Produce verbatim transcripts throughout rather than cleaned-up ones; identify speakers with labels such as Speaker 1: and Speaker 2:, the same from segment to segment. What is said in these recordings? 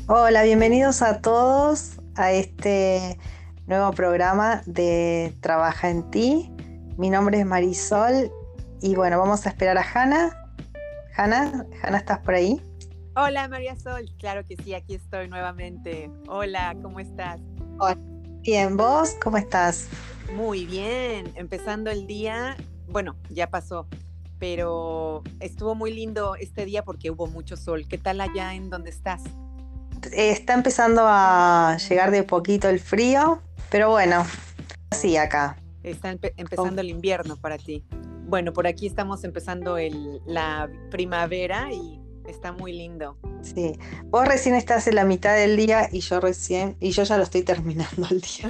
Speaker 1: Hola, bienvenidos a todos a este nuevo programa de Trabaja en Ti. Mi nombre es Marisol y bueno, vamos a esperar a Hanna. Hanna, Hanna, ¿estás por ahí?
Speaker 2: Hola María Sol, claro que sí, aquí estoy nuevamente. Hola, ¿cómo estás?
Speaker 1: Hola. Bien, ¿vos cómo estás?
Speaker 2: Muy bien, empezando el día, bueno, ya pasó, pero estuvo muy lindo este día porque hubo mucho sol. ¿Qué tal allá en donde estás?
Speaker 1: Eh, Está empezando a llegar de poquito el frío, pero bueno, sí, acá.
Speaker 2: Está empe-
Speaker 1: Con-
Speaker 2: empezando el invierno para ti. Bueno, por aquí estamos empezando el, la primavera y está muy lindo.
Speaker 1: Sí, vos recién estás en la mitad del día y yo recién, y yo ya lo estoy terminando el día.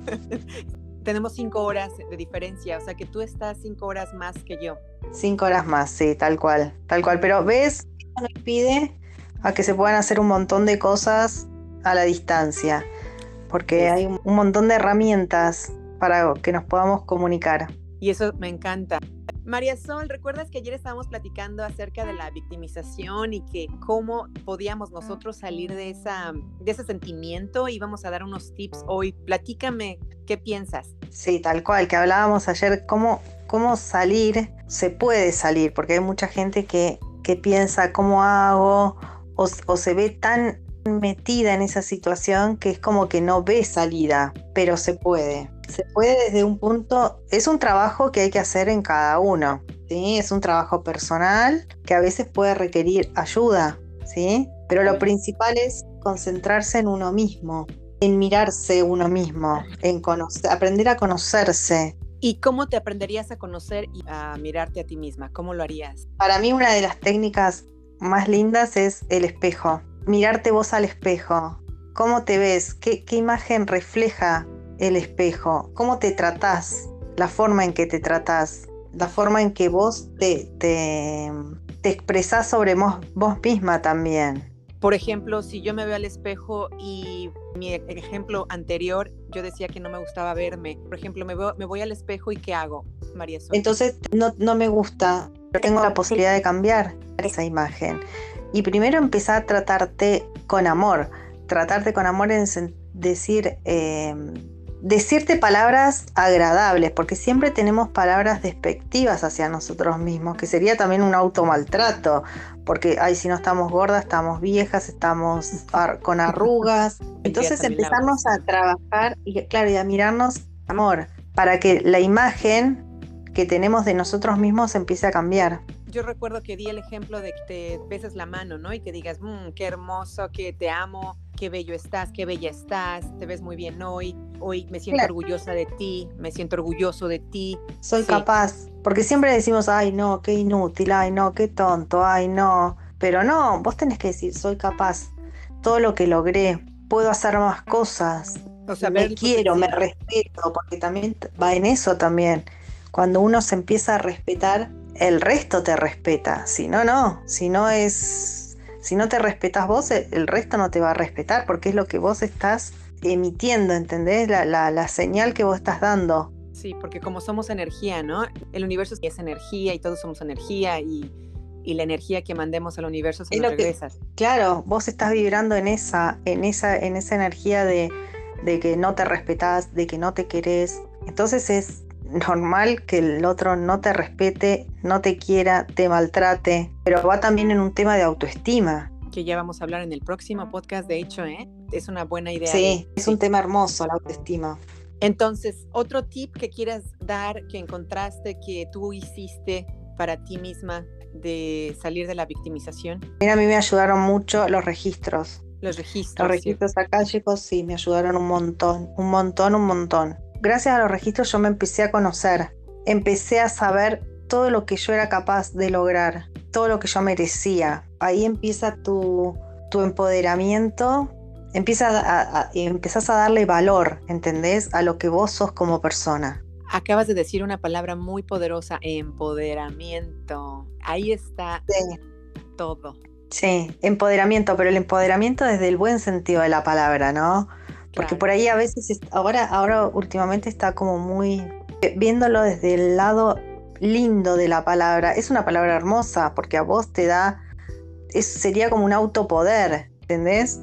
Speaker 2: Tenemos cinco horas de diferencia, o sea que tú estás cinco horas más que yo.
Speaker 1: Cinco horas más, sí, tal cual, tal cual.
Speaker 2: Mm.
Speaker 1: Pero ves, eso nos pide a que se puedan hacer un montón de cosas a la distancia, porque
Speaker 2: Es,
Speaker 1: hay un un montón de herramientas para que nos podamos comunicar.
Speaker 2: y eso me encanta. María Sol, ¿recuerdas que ayer estábamos platicando acerca de la victimización y que cómo podíamos nosotros salir de, esa, de ese sentimiento? Íbamos a dar unos tips hoy. Platícame, ¿qué piensas?
Speaker 1: Sí, tal cual, que hablábamos ayer, cómo, cómo salir, se puede salir, porque hay mucha gente que, que piensa cómo hago, o, o se ve tan metida en esa situación que es como que no ve salida, pero se puede. Se puede desde un punto, es un trabajo que hay que hacer en cada uno, ¿sí? Es un trabajo personal que a veces puede requerir ayuda, ¿sí? Pero lo principal es concentrarse en uno mismo, en mirarse uno mismo, en conocer, aprender a conocerse.
Speaker 2: ¿Y cómo te aprenderías a conocer y a mirarte a ti misma? ¿Cómo lo harías?
Speaker 1: Para mí una de las técnicas más lindas es el espejo. Mirarte vos al espejo. ¿Cómo te ves? ¿Qué, qué imagen refleja el espejo? ¿Cómo te tratás? La forma en que te tratás. La forma en que vos te, te, te expresás sobre vos, vos misma también.
Speaker 2: Por ejemplo, si yo me veo al espejo y mi ejemplo anterior, yo decía que no me gustaba verme. Por ejemplo, me, veo, me voy al espejo y ¿qué hago, María Sol?
Speaker 1: Entonces no, no me gusta, tengo la posibilidad de cambiar esa imagen. Y primero empezar a tratarte con amor, tratarte con amor en sen- decir, eh, decirte palabras agradables, porque siempre tenemos palabras despectivas hacia nosotros mismos, que sería también un automaltrato, porque ay, si no estamos gordas, estamos viejas, estamos ar- con arrugas. Entonces
Speaker 2: Empiezan mil audios.
Speaker 1: empezarnos a trabajar y claro, y a mirarnos con amor, para que la imagen que tenemos de nosotros mismos empiece a cambiar.
Speaker 2: Yo recuerdo que di el ejemplo de que te beses la mano, ¿no? Y que digas, mmm, qué hermoso, que te amo, qué bello estás, qué bella estás, te ves muy bien hoy, hoy me siento
Speaker 1: Claro.
Speaker 2: orgullosa de ti, me siento orgulloso de ti.
Speaker 1: Soy
Speaker 2: Sí,
Speaker 1: capaz, porque siempre decimos, ay no, qué inútil, ay no, qué tonto, ay no, pero no, vos tenés que decir, soy capaz, todo lo que logré, puedo hacer más cosas,
Speaker 2: o sea, ver
Speaker 1: me
Speaker 2: el
Speaker 1: quiero, me
Speaker 2: potencial.
Speaker 1: respeto, porque también t- va en eso también. Cuando uno se empieza a respetar, el resto te respeta, si no, no, si no es, si no te respetas vos, el, el resto no te va a respetar, porque es lo que vos estás emitiendo, ¿entendés? La, la, la señal que vos estás dando.
Speaker 2: Sí, porque como somos energía, ¿no? El universo es energía y todos somos energía y, y la energía que mandemos al universo se
Speaker 1: Es
Speaker 2: nos
Speaker 1: lo que,
Speaker 2: regresa.
Speaker 1: claro, vos estás vibrando en esa, en esa, en esa energía de, de que no te respetás, de que no te querés. Entonces es normal que el otro no te respete, no te quiera, te maltrate, pero va también en un tema de autoestima.
Speaker 2: Que ya vamos a hablar en el próximo podcast, de hecho, ¿eh? Es una buena idea de...
Speaker 1: Sí, es un
Speaker 2: Sí.
Speaker 1: tema hermoso la autoestima.
Speaker 2: Entonces, otro tip que quieras dar, que encontraste, que tú hiciste para ti misma de salir de la victimización,
Speaker 1: Mira, a mí me ayudaron mucho los registros.
Speaker 2: los
Speaker 1: Los
Speaker 2: registros, ¿cierto?
Speaker 1: registros acálicos sí, me ayudaron un montón, un montón, un montón. Gracias a los registros yo me empecé a conocer, empecé a saber todo lo que yo era capaz de lograr, todo lo que yo merecía. Ahí empieza tu, tu empoderamiento, empiezas a, a, empezás a darle valor, ¿entendés? A lo que vos sos como persona.
Speaker 2: Acabas de decir una palabra muy poderosa, empoderamiento. Ahí está
Speaker 1: Sí.
Speaker 2: todo.
Speaker 1: Sí, empoderamiento, pero el empoderamiento desde el buen sentido de la palabra, ¿no? Porque
Speaker 2: Claro.
Speaker 1: por ahí a veces, es- ahora, ahora últimamente está como muy, eh, viéndolo desde el lado lindo de la palabra. Es una palabra hermosa porque a vos te da, es, sería como un autopoder, ¿entendés?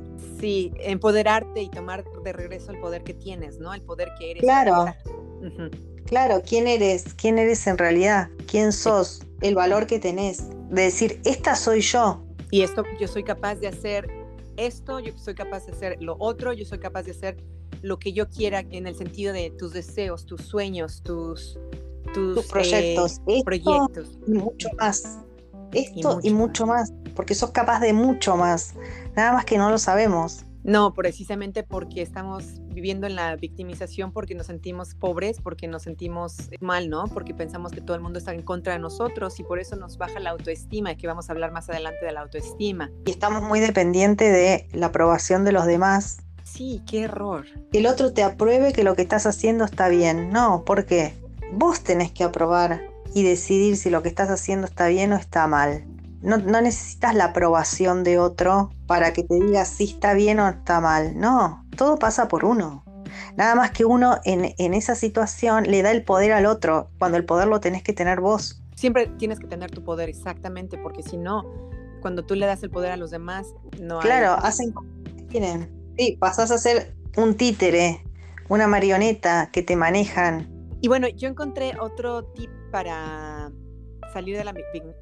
Speaker 2: Sí, empoderarte y tomar de regreso el poder que tienes, ¿no? El poder que eres.
Speaker 1: Claro,
Speaker 2: Uh-huh.
Speaker 1: claro, ¿quién eres? ¿Quién eres en realidad? ¿Quién sos? El valor que tenés. De decir, esta soy yo.
Speaker 2: Y esto, yo soy capaz de hacer esto, yo soy capaz de hacer lo otro, yo soy capaz de hacer lo que yo quiera en el sentido de tus deseos, tus sueños, tus, tus,
Speaker 1: Tus proyectos.
Speaker 2: eh,
Speaker 1: Esto
Speaker 2: proyectos.
Speaker 1: y mucho más. Esto
Speaker 2: Y mucho,
Speaker 1: y mucho más. Porque sos capaz de mucho más. Nada más que no lo sabemos.
Speaker 2: No, precisamente porque estamos viviendo en la victimización, porque nos sentimos pobres, porque nos sentimos mal, ¿no? Porque pensamos que todo el mundo está en contra de nosotros y por eso nos baja la autoestima, y que vamos a hablar más adelante de la autoestima.
Speaker 1: Y estamos muy dependientes de la aprobación de los demás.
Speaker 2: Sí, qué error.
Speaker 1: Que el otro te apruebe que lo que estás haciendo está bien. No, ¿por qué? Vos tenés que aprobar y decidir si lo que estás haciendo está bien o está mal. No, no necesitas la aprobación de otro para que te diga si está bien o está mal. No, todo pasa por uno. Nada más que uno en, en esa situación le da el poder al otro, cuando el poder lo tenés que tener vos.
Speaker 2: Siempre tienes que tener tu poder, exactamente, porque si no, cuando tú le das el poder a los demás, no hay...
Speaker 1: Claro, hacen como quieren. Sí, pasás a ser un títere, una marioneta que te manejan.
Speaker 2: Y bueno, yo encontré otro tip para salir de la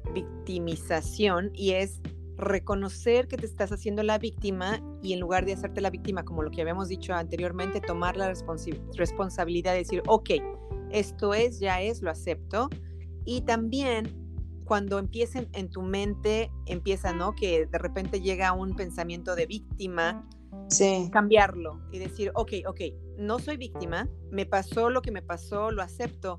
Speaker 2: victimización, y es reconocer que te estás haciendo la víctima, y en lugar de hacerte la víctima, como lo que habíamos dicho anteriormente, tomar la responsi- responsabilidad de decir, ok, esto es, ya es, lo acepto. Y también cuando empiecen en tu mente, empieza, ¿no? Que de repente llega un pensamiento de víctima,
Speaker 1: sí.
Speaker 2: Cambiarlo y decir, ok, ok, no soy víctima, me pasó lo que me pasó, lo acepto.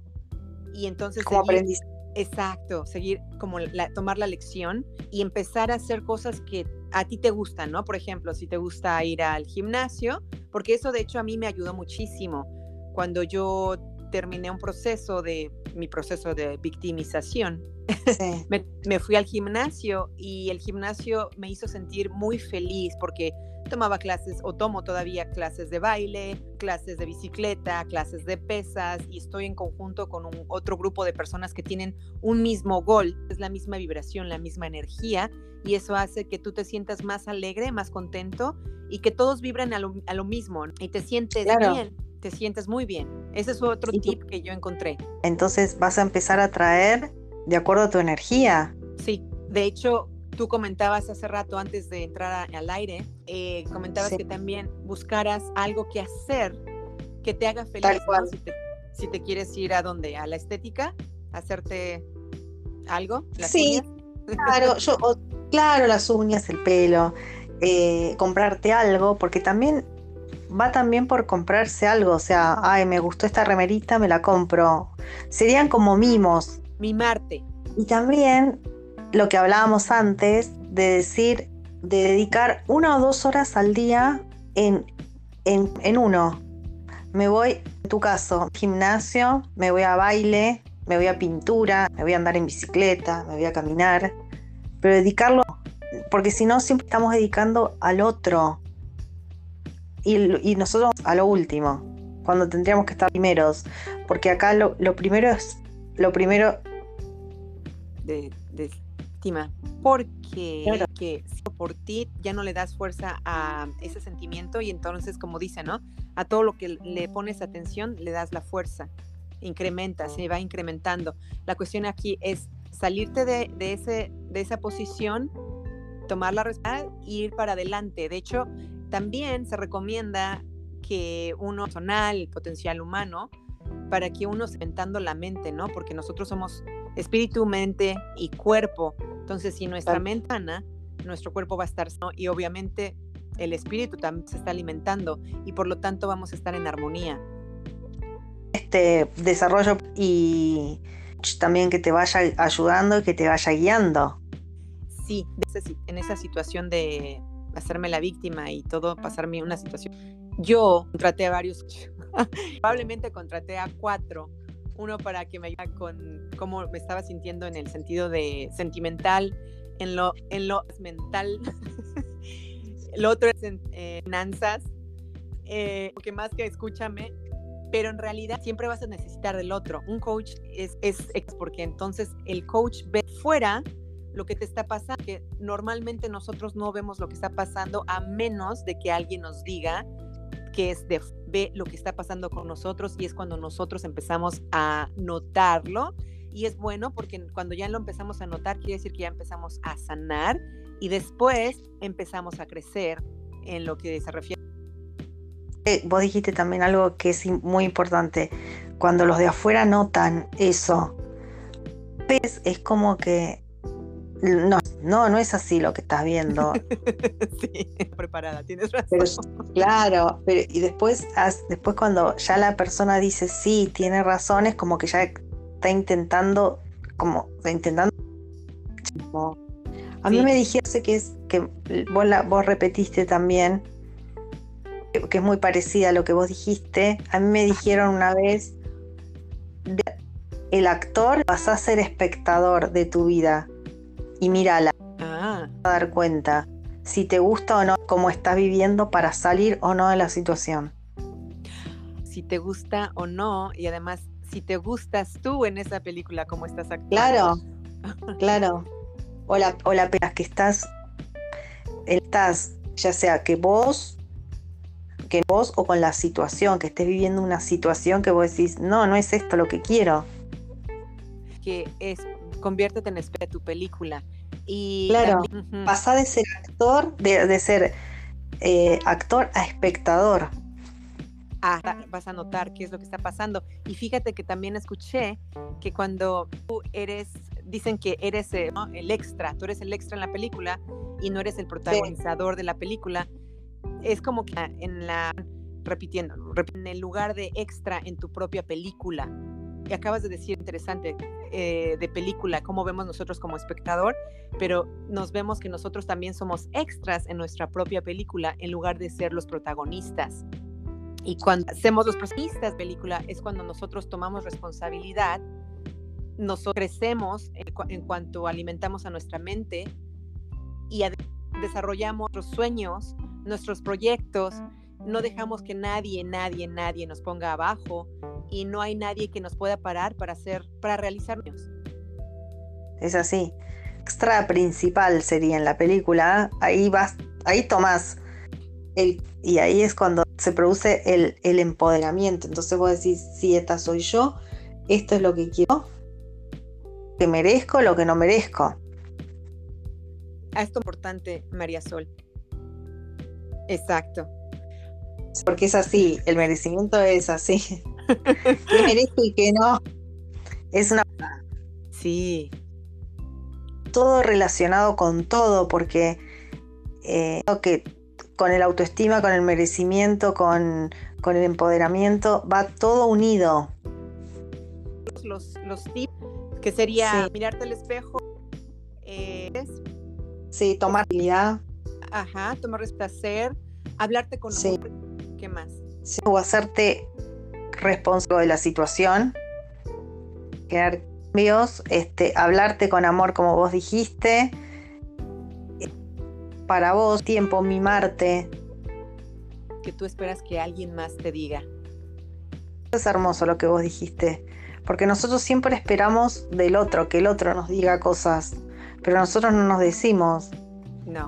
Speaker 2: Y entonces
Speaker 1: como
Speaker 2: seguir,
Speaker 1: aprendizaje.
Speaker 2: Exacto, seguir como la, tomar la lección y empezar a hacer cosas que a ti te gustan, ¿no? Por ejemplo, si te gusta ir al gimnasio, porque eso de hecho a mí me ayudó muchísimo cuando yo terminé un proceso de, mi proceso de victimización.
Speaker 1: Sí.
Speaker 2: me, me fui al gimnasio y el gimnasio me hizo sentir muy feliz porque tomaba clases o tomo todavía clases de baile, clases de bicicleta, clases de pesas, y estoy en conjunto con un, otro grupo de personas que tienen un mismo gol, es la misma vibración, la misma energía, y eso hace que tú te sientas más alegre, más contento, y que todos vibran a lo, a lo mismo, y te sientes claro. bien, te sientes muy bien. Ese es otro tip que yo encontré.
Speaker 1: Entonces vas a empezar a traer de acuerdo a tu energía.
Speaker 2: Sí, de hecho, tú comentabas hace rato antes de entrar a, al aire, eh, comentabas sí. que también buscaras algo que hacer que te haga feliz, ¿no? Si te, si te quieres ir a dónde, a la estética, hacerte algo, las
Speaker 1: sí,
Speaker 2: uñas.
Speaker 1: Claro, yo, o, claro, las uñas, el pelo, eh, comprarte algo, porque también va también por comprarse algo, o sea, ay, me gustó esta remerita, me la compro. Serían como mimos.
Speaker 2: Mimarte.
Speaker 1: Y también lo que hablábamos antes de decir, de dedicar una o dos horas al día en, en, en uno. Me voy, en tu caso, gimnasio, me voy a baile, me voy a pintura, me voy a andar en bicicleta, me voy a caminar, pero dedicarlo, porque si no siempre estamos dedicando al otro y, y nosotros a lo último, cuando tendríamos que estar primeros, porque acá lo, lo primero es, lo primero...
Speaker 2: De, de estima, porque claro. que por ti ya no le das fuerza a ese sentimiento y entonces, como dice, ¿no? A todo lo que le pones atención le das la fuerza, incrementa, se va incrementando. La cuestión aquí es salirte de, de, ese, de esa posición, tomar la responsabilidad e ir para adelante. De hecho, también se recomienda que uno personal, el potencial humano, para que uno se inventando la mente, ¿no? Porque nosotros somos espíritu, mente y cuerpo. Entonces, si nuestra mente sana, nuestro cuerpo va a estar sano y obviamente el espíritu también se está alimentando y por lo tanto vamos a estar en armonía.
Speaker 1: Este desarrollo y también que te vaya ayudando y que te vaya guiando.
Speaker 2: Sí, en esa situación de hacerme la víctima y todo, pasarme una situación. Yo contraté a varios, probablemente contraté a cuatro. Uno para que me ayudara con cómo me estaba sintiendo en el sentido de sentimental, en lo, en lo mental. El otro es en eh, finanzas, eh, que más que escúchame, pero en realidad siempre vas a necesitar del otro. Un coach es, es, es porque entonces el coach ve fuera lo que te está pasando, que normalmente nosotros no vemos lo que está pasando a menos de que alguien nos diga que es de ve lo que está pasando con nosotros, y es cuando nosotros empezamos a notarlo, y es bueno porque cuando ya lo empezamos a notar quiere decir que ya empezamos a sanar y después empezamos a crecer en lo que se refiere.
Speaker 1: Eh, Vos dijiste también algo que es muy importante. Cuando los de afuera notan eso, ves, es como que no, no, no es así lo que estás viendo.
Speaker 2: Sí, preparada, tienes razón.
Speaker 1: Pero, claro, pero, y después, después cuando ya la persona dice sí, tiene razón, es como que ya está intentando, como está intentando. A mí
Speaker 2: Sí.
Speaker 1: me dijiste que es que vos, la, vos repetiste también, que es muy parecida a lo que vos dijiste. A mí me dijeron una vez, el actor vas a ser espectador de tu vida y mírala,
Speaker 2: Ah.
Speaker 1: a dar cuenta si te gusta o no cómo estás viviendo para salir o no de la situación.
Speaker 2: Si te gusta o no, y además si te gustas tú en esa película, cómo estás actuando.
Speaker 1: Claro, claro. O la, o la pena que estás, estás, ya sea que vos, que vos o con la situación, que estés viviendo una situación que vos decís, no, no es esto lo que quiero.
Speaker 2: Que es, conviértete en espera de tu película. Y
Speaker 1: claro,
Speaker 2: también, uh-huh.
Speaker 1: pasá de ser actor, de, de ser eh, actor a espectador.
Speaker 2: Ah, vas a notar qué es lo que está pasando. Y fíjate que también escuché que cuando tú eres, dicen que eres eh, ¿no? el extra, tú eres el extra en la película y no eres el protagonizador sí. de la película, es como que en la, repitiendo, en el lugar de extra en tu propia película. Y acabas de decir interesante eh, de película, cómo vemos nosotros como espectador, pero nos vemos que nosotros también somos extras en nuestra propia película en lugar de ser los protagonistas. Y cuando hacemos los protagonistas de película es cuando nosotros tomamos responsabilidad, nosotros crecemos en, cu- en cuanto alimentamos a nuestra mente y ad- desarrollamos nuestros sueños, nuestros proyectos, no dejamos que nadie, nadie, nadie nos ponga abajo y no hay nadie que nos pueda parar para hacer, para realizarnos.
Speaker 1: Es así. Extra principal sería en la película, ahí vas, ahí tomás el, y ahí es cuando se produce el, el empoderamiento. Entonces vos decís, sí, esta soy yo, esto es lo que quiero, lo que merezco, lo que no merezco.
Speaker 2: Esto es importante, María Sol. Exacto.
Speaker 1: Porque es así, el merecimiento es así. ¿Qué merezco y qué no? Es una...
Speaker 2: Sí.
Speaker 1: Todo relacionado con todo, porque eh, que con el autoestima, con el merecimiento, con, con el empoderamiento, va todo unido.
Speaker 2: Los, los tips, que sería
Speaker 1: sí.
Speaker 2: mirarte al espejo, eh,
Speaker 1: sí, tomar habilidad.
Speaker 2: Ajá, tomar responsabilidad, hablarte con
Speaker 1: sí.
Speaker 2: amor. ¿Qué más?
Speaker 1: Sí, o hacerte responsable de la situación, crear cambios, este, hablarte con amor como vos dijiste, para vos, tiempo, mimarte.
Speaker 2: Que tú esperas que alguien más te diga.
Speaker 1: Es hermoso lo que vos dijiste, porque nosotros siempre esperamos del otro, que el otro nos diga cosas, pero nosotros no nos decimos.
Speaker 2: No.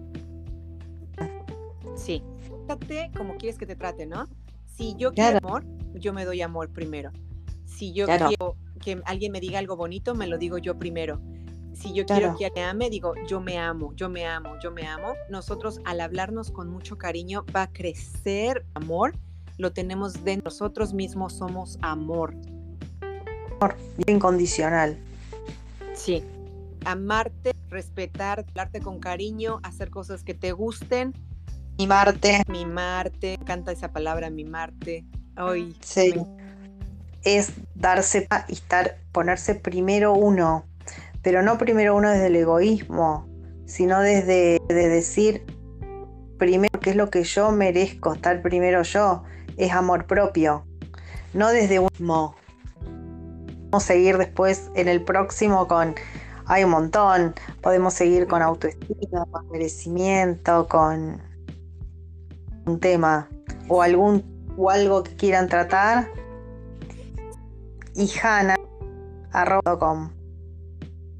Speaker 2: Sí. Trate como quieres que te trate, ¿no? Si yo quiero claro. amor, yo me doy amor primero. Si yo claro. quiero que alguien me diga algo bonito, me lo digo yo primero. Si yo claro. quiero que alguien me ame, digo, yo me amo, yo me amo, yo me amo. Nosotros, al hablarnos con mucho cariño, va a crecer amor. Lo tenemos dentro de nosotros mismos, somos amor.
Speaker 1: Amor incondicional.
Speaker 2: Sí. Amarte, respetar, hablarte con cariño, hacer cosas que te gusten.
Speaker 1: Mimarte.
Speaker 2: Mimarte, canta esa palabra, mimarte. Ay,
Speaker 1: sí. Me... Es darse y estar, ponerse primero uno. Pero no primero uno desde el egoísmo, sino desde de decir primero qué es lo que yo merezco, estar primero yo, es amor propio, no desde un mismo. Podemos seguir después en el próximo con, hay un montón, podemos seguir con autoestima, con merecimiento, con un tema o algún o algo que quieran tratar. Y Hanna arroba com.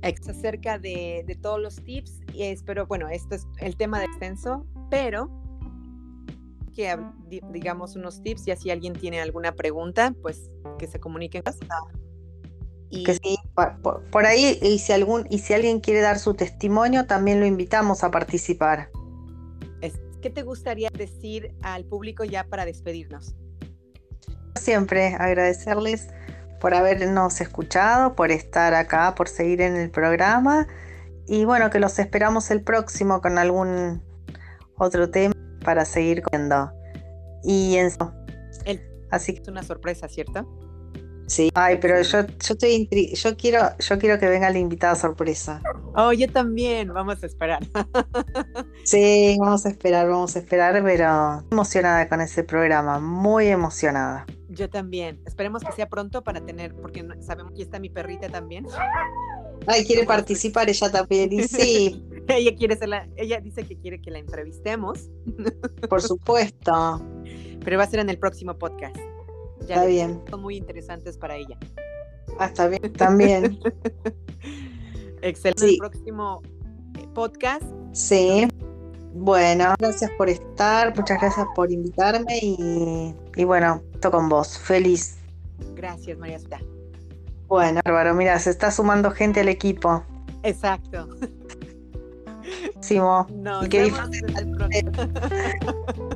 Speaker 2: acerca de, de todos los tips y espero, bueno, esto es el tema de extenso, pero que digamos unos tips y así alguien tiene alguna pregunta, pues que se comuniquen.
Speaker 1: Y que sí, por, por ahí, y si algún, y si alguien quiere dar su testimonio, también lo invitamos a participar.
Speaker 2: ¿Qué te gustaría decir al público ya para despedirnos?
Speaker 1: Siempre agradecerles por habernos escuchado, por estar acá, por seguir en el programa. Y bueno, que los esperamos el próximo con algún otro tema para seguir comiendo. Y en
Speaker 2: el, así que es una sorpresa, ¿cierto?
Speaker 1: Sí. Ay, pero yo, yo estoy intri- yo quiero, yo quiero que venga la invitada sorpresa.
Speaker 2: Oh, yo también, vamos a esperar.
Speaker 1: Sí, vamos a esperar, vamos a esperar, pero emocionada con ese programa, muy emocionada.
Speaker 2: Yo también. Esperemos que sea pronto para tener, porque sabemos que está mi perrita también.
Speaker 1: Ay, quiere participar ella también, y sí.
Speaker 2: ella quiere ser la, ella dice que quiere que la entrevistemos.
Speaker 1: Por supuesto.
Speaker 2: Pero va a ser en el próximo podcast. Ya
Speaker 1: está bien.
Speaker 2: Son muy interesantes para ella.
Speaker 1: Ah, está bien, también.
Speaker 2: Excelente. Sí. El próximo podcast.
Speaker 1: Sí. Bueno, gracias por estar, muchas gracias por invitarme y, y bueno, estoy con vos, feliz.
Speaker 2: Gracias, María Sota.
Speaker 1: Bueno, bárbaro, mira, se está sumando gente al equipo.
Speaker 2: Exacto.
Speaker 1: Simo.
Speaker 2: Nos
Speaker 1: y que
Speaker 2: vemos en el próximo.